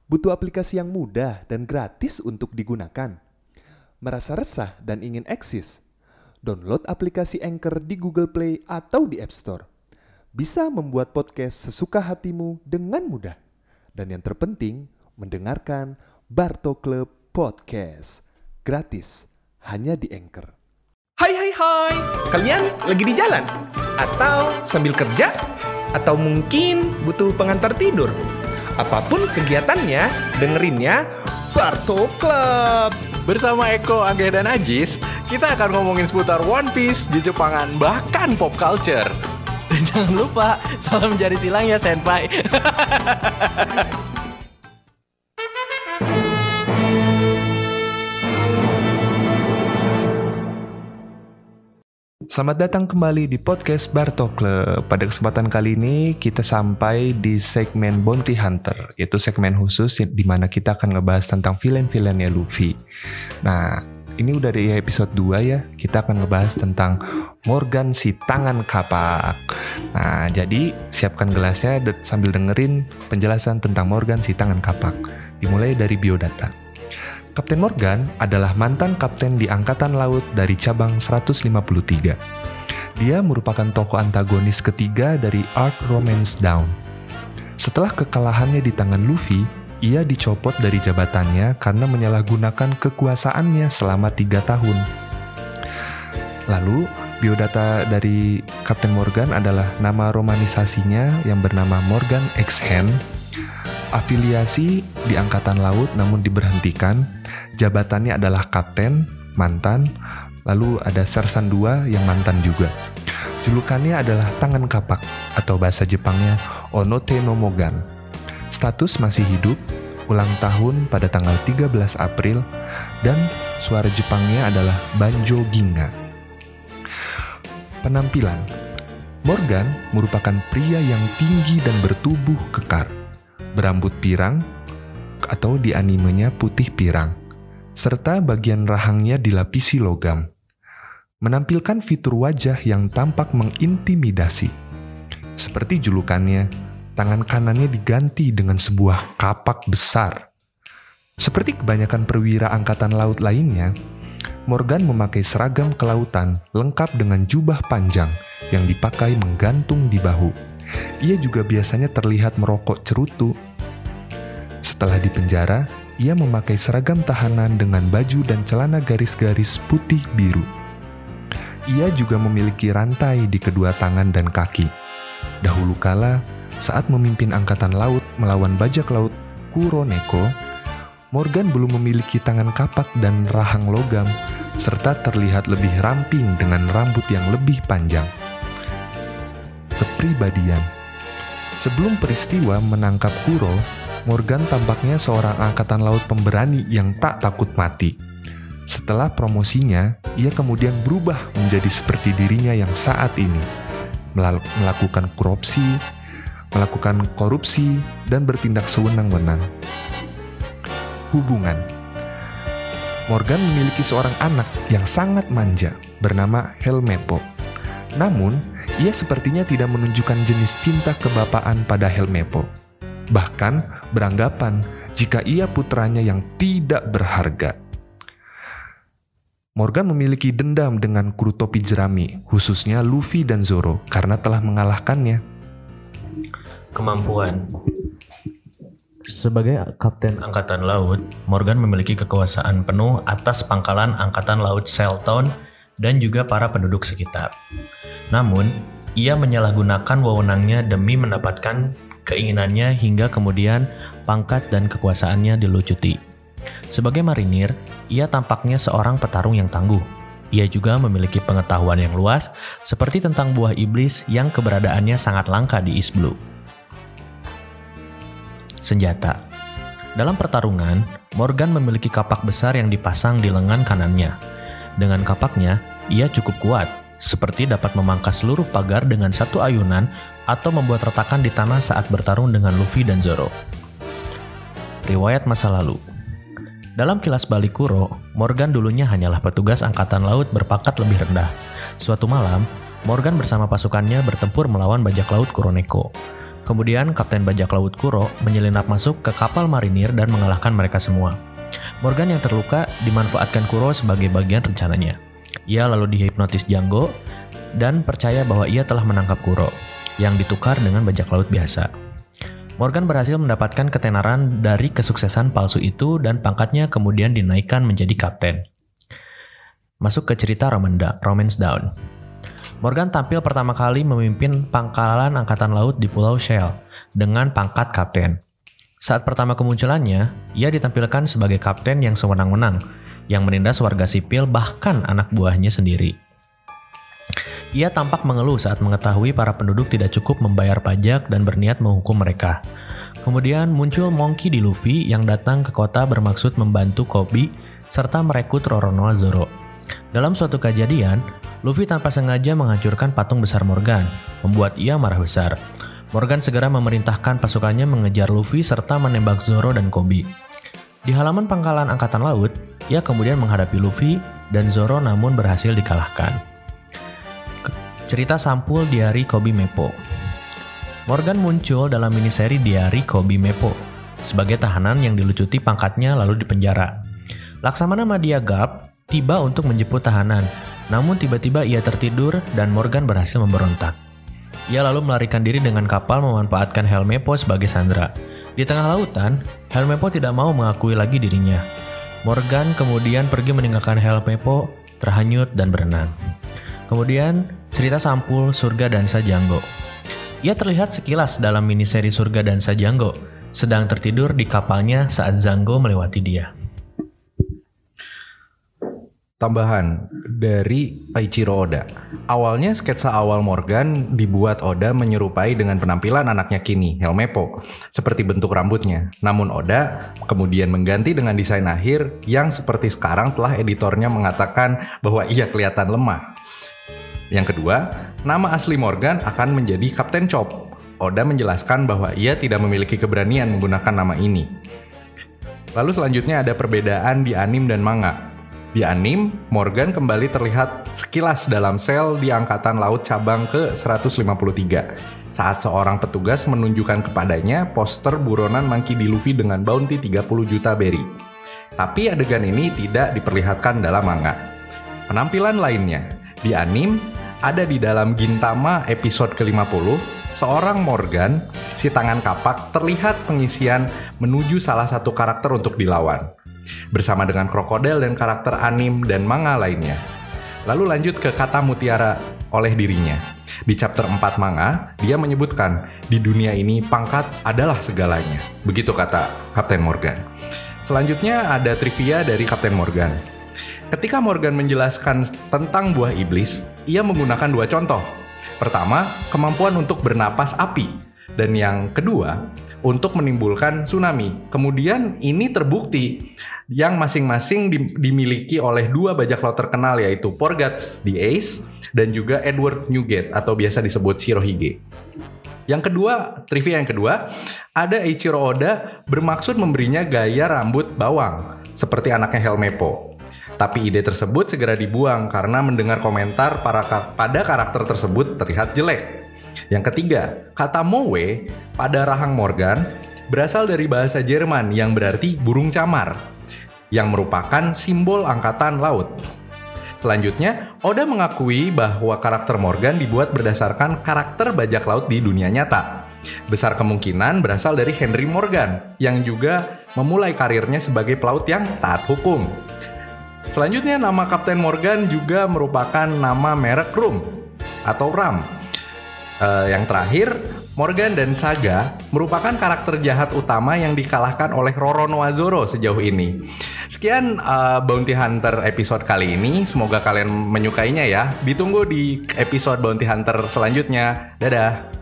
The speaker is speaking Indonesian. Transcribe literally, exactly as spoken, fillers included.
Butuh aplikasi yang mudah dan gratis untuk digunakan? Merasa resah dan ingin eksis? Download aplikasi Anchor di Google Play atau di App Store. Bisa membuat podcast sesuka hatimu dengan mudah. Dan yang terpenting, mendengarkan Barto Club Podcast. Gratis, hanya di Anchor. Hai hai hai, kalian lagi di jalan? Atau sambil kerja? Atau mungkin butuh pengantar tidur? Apapun kegiatannya, dengerinnya Barto Club. Bersama Eko, Angge, dan Ajis, kita akan ngomongin seputar One Piece, Jepangan, bahkan pop culture. Dan jangan lupa, salam jari silang ya, senpai. Selamat datang kembali di podcast Barto Club. Pada kesempatan kali ini kita sampai di segmen Bounty Hunter, yaitu segmen khusus di mana kita akan ngebahas tentang villain-villainnya Luffy. Nah, ini udah di episode dua ya, kita akan ngebahas tentang Morgan si tangan kapak. Nah, jadi siapkan gelasnya sambil dengerin penjelasan tentang Morgan si tangan kapak. Dimulai dari biodata. Kapten Morgan adalah mantan kapten di Angkatan Laut dari cabang seratus lima puluh tiga. Dia merupakan tokoh antagonis ketiga dari arc Romance Dawn. Setelah kekalahannya di tangan Luffy, ia dicopot dari jabatannya karena menyalahgunakan kekuasaannya selama tiga tahun. Lalu, biodata dari Kapten Morgan adalah nama romanisasinya yang bernama Morgan X. Hand, afiliasi di Angkatan Laut namun diberhentikan, jabatannya adalah kapten, mantan, lalu ada sersan dua yang mantan juga. Julukannya adalah tangan kapak atau bahasa Jepangnya Onote no Mogan. Status masih hidup, ulang tahun pada tanggal tiga belas April, dan suara Jepangnya adalah Banjo Ginga. Penampilan Morgan merupakan pria yang tinggi dan bertubuh kekar, berambut pirang atau di animenya putih pirang, serta bagian rahangnya dilapisi logam, menampilkan fitur wajah yang tampak mengintimidasi. Seperti julukannya, tangan kanannya diganti dengan sebuah kapak besar. Seperti kebanyakan perwira angkatan laut lainnya, Morgan memakai seragam kelautan lengkap dengan jubah panjang yang dipakai menggantung di bahu. Ia juga biasanya terlihat merokok cerutu. Setelah di penjara, ia memakai seragam tahanan dengan baju dan celana garis-garis putih biru. Ia juga memiliki rantai di kedua tangan dan kaki. Dahulu kala, saat memimpin angkatan laut melawan bajak laut Kuroneko, Morgan belum memiliki tangan kapak dan rahang logam, serta terlihat lebih ramping dengan rambut yang lebih panjang. Kepribadian. Sebelum peristiwa menangkap Kuro, Morgan tampaknya seorang angkatan laut pemberani yang tak takut mati. Setelah promosinya, ia kemudian berubah menjadi seperti dirinya yang saat ini, Melal- melakukan korupsi, melakukan korupsi, dan bertindak sewenang-wenang. Hubungan. Morgan memiliki seorang anak yang sangat manja, bernama Helmeppo. Namun, ia sepertinya tidak menunjukkan jenis cinta kebapaan pada Helmeppo. Bahkan beranggapan jika ia putranya yang tidak berharga. Morgan memiliki dendam dengan kru topi jerami, khususnya Luffy dan Zoro, karena telah mengalahkannya. Kemampuan. Sebagai kapten angkatan laut, Morgan memiliki kekuasaan penuh atas pangkalan angkatan laut Selton dan juga para penduduk sekitar. Namun, ia menyalahgunakan wewenangnya demi mendapatkan keinginannya hingga kemudian pangkat dan kekuasaannya dilucuti. Sebagai marinir, ia tampaknya seorang petarung yang tangguh. Ia juga memiliki pengetahuan yang luas, seperti tentang buah iblis yang keberadaannya sangat langka di East Blue. Senjata. Dalam pertarungan, Morgan memiliki kapak besar yang dipasang di lengan kanannya. Dengan kapaknya, ia cukup kuat, seperti dapat memangkas seluruh pagar dengan satu ayunan atau membuat retakan di tanah saat bertarung dengan Luffy dan Zoro. Riwayat masa lalu. Dalam kilas balik Kuro, Morgan dulunya hanyalah petugas angkatan laut berpangkat lebih rendah. Suatu malam, Morgan bersama pasukannya bertempur melawan bajak laut Kuroneko. Kemudian Kapten Bajak Laut Kuro menyelinap masuk ke kapal marinir dan mengalahkan mereka semua. Morgan yang terluka dimanfaatkan Kuro sebagai bagian rencananya. Ia lalu dihipnotis Django dan percaya bahwa ia telah menangkap Kuro, yang ditukar dengan bajak laut biasa. Morgan berhasil mendapatkan ketenaran dari kesuksesan palsu itu dan pangkatnya kemudian dinaikkan menjadi kapten. Masuk ke cerita Romance Down. Morgan tampil pertama kali memimpin pangkalan angkatan laut di Pulau Shell dengan pangkat kapten. Saat pertama kemunculannya, ia ditampilkan sebagai kapten yang sewenang-wenang, yang menindas warga sipil bahkan anak buahnya sendiri. Ia tampak mengeluh saat mengetahui para penduduk tidak cukup membayar pajak dan berniat menghukum mereka. Kemudian muncul Monkey D. Luffy yang datang ke kota bermaksud membantu Koby serta merekrut Roronoa Zoro. Dalam suatu kejadian, Luffy tanpa sengaja menghancurkan patung besar Morgan, membuat ia marah besar. Morgan segera memerintahkan pasukannya mengejar Luffy serta menembak Zoro dan Koby. Di halaman pangkalan angkatan laut, ia kemudian menghadapi Luffy dan Zoro namun berhasil dikalahkan. Cerita sampul Diari Koby Meppo. Morgan muncul dalam miniseri Diari Koby Meppo sebagai tahanan yang dilucuti pangkatnya lalu dipenjara. Laksamana Madya Gap tiba untuk menjemput tahanan, namun tiba-tiba ia tertidur dan Morgan berhasil memberontak. Ia lalu melarikan diri dengan kapal memanfaatkan Helmeppo sebagai sandera. Di tengah lautan, Helmeppo tidak mau mengakui lagi dirinya. Morgan kemudian pergi meninggalkan Helmeppo, terhanyut dan berenang. Kemudian, cerita sampul Surga Dansa Django. Ia terlihat sekilas dalam miniseri Surga Dansa Django, sedang tertidur di kapalnya saat Django melewati dia. Tambahan dari Eiichiro Oda. Awalnya sketsa awal Morgan dibuat Oda menyerupai dengan penampilan anaknya kini, Helmeppo, seperti bentuk rambutnya. Namun Oda kemudian mengganti dengan desain akhir yang seperti sekarang telah editornya mengatakan bahwa ia kelihatan lemah. Yang kedua, nama asli Morgan akan menjadi Kapten Chop. Oda menjelaskan bahwa ia tidak memiliki keberanian menggunakan nama ini. Lalu selanjutnya ada perbedaan di anime dan manga. Di anime, Morgan kembali terlihat sekilas dalam sel di Angkatan Laut cabang ke seratus lima puluh tiga saat seorang petugas menunjukkan kepadanya poster buronan Monkey D. Luffy dengan bounty tiga puluh juta berry. Tapi adegan ini tidak diperlihatkan dalam manga. Penampilan lainnya, di anime, ada di dalam Gintama episode ke lima puluh, seorang Morgan, si tangan kapak, terlihat pengisian menuju salah satu karakter untuk dilawan, bersama dengan krokodil dan karakter anime dan manga lainnya. Lalu lanjut ke kata mutiara oleh dirinya. Di chapter empat manga, dia menyebutkan, di dunia ini pangkat adalah segalanya. Begitu kata Kapten Morgan. Selanjutnya ada trivia dari Kapten Morgan. Ketika Morgan menjelaskan tentang buah iblis, ia menggunakan dua contoh. Pertama, kemampuan untuk bernapas api. Dan yang kedua, untuk menimbulkan tsunami. Kemudian ini terbukti yang masing-masing dimiliki oleh dua bajak laut terkenal, yaitu Porgat the Ace dan juga Edward Newgate atau biasa disebut Shirohige. Yang kedua, trivia yang kedua, ada Eiichiro Oda bermaksud memberinya gaya rambut bawang seperti anaknya Helmeppo. Tapi ide tersebut segera dibuang karena mendengar komentar para pada karakter tersebut terlihat jelek. Yang ketiga, kata Moe pada rahang Morgan berasal dari bahasa Jerman yang berarti burung camar, yang merupakan simbol angkatan laut. Selanjutnya, Oda mengakui bahwa karakter Morgan dibuat berdasarkan karakter bajak laut di dunia nyata. Besar kemungkinan berasal dari Henry Morgan, yang juga memulai karirnya sebagai pelaut yang taat hukum. Selanjutnya, nama Kapten Morgan juga merupakan nama merek rum atau ram. Uh, yang terakhir, Morgan dan Saga merupakan karakter jahat utama yang dikalahkan oleh Roronoa Zoro sejauh ini. Sekian uh, Bounty Hunter episode kali ini. Semoga kalian menyukainya ya. Ditunggu di episode Bounty Hunter selanjutnya. Dadah!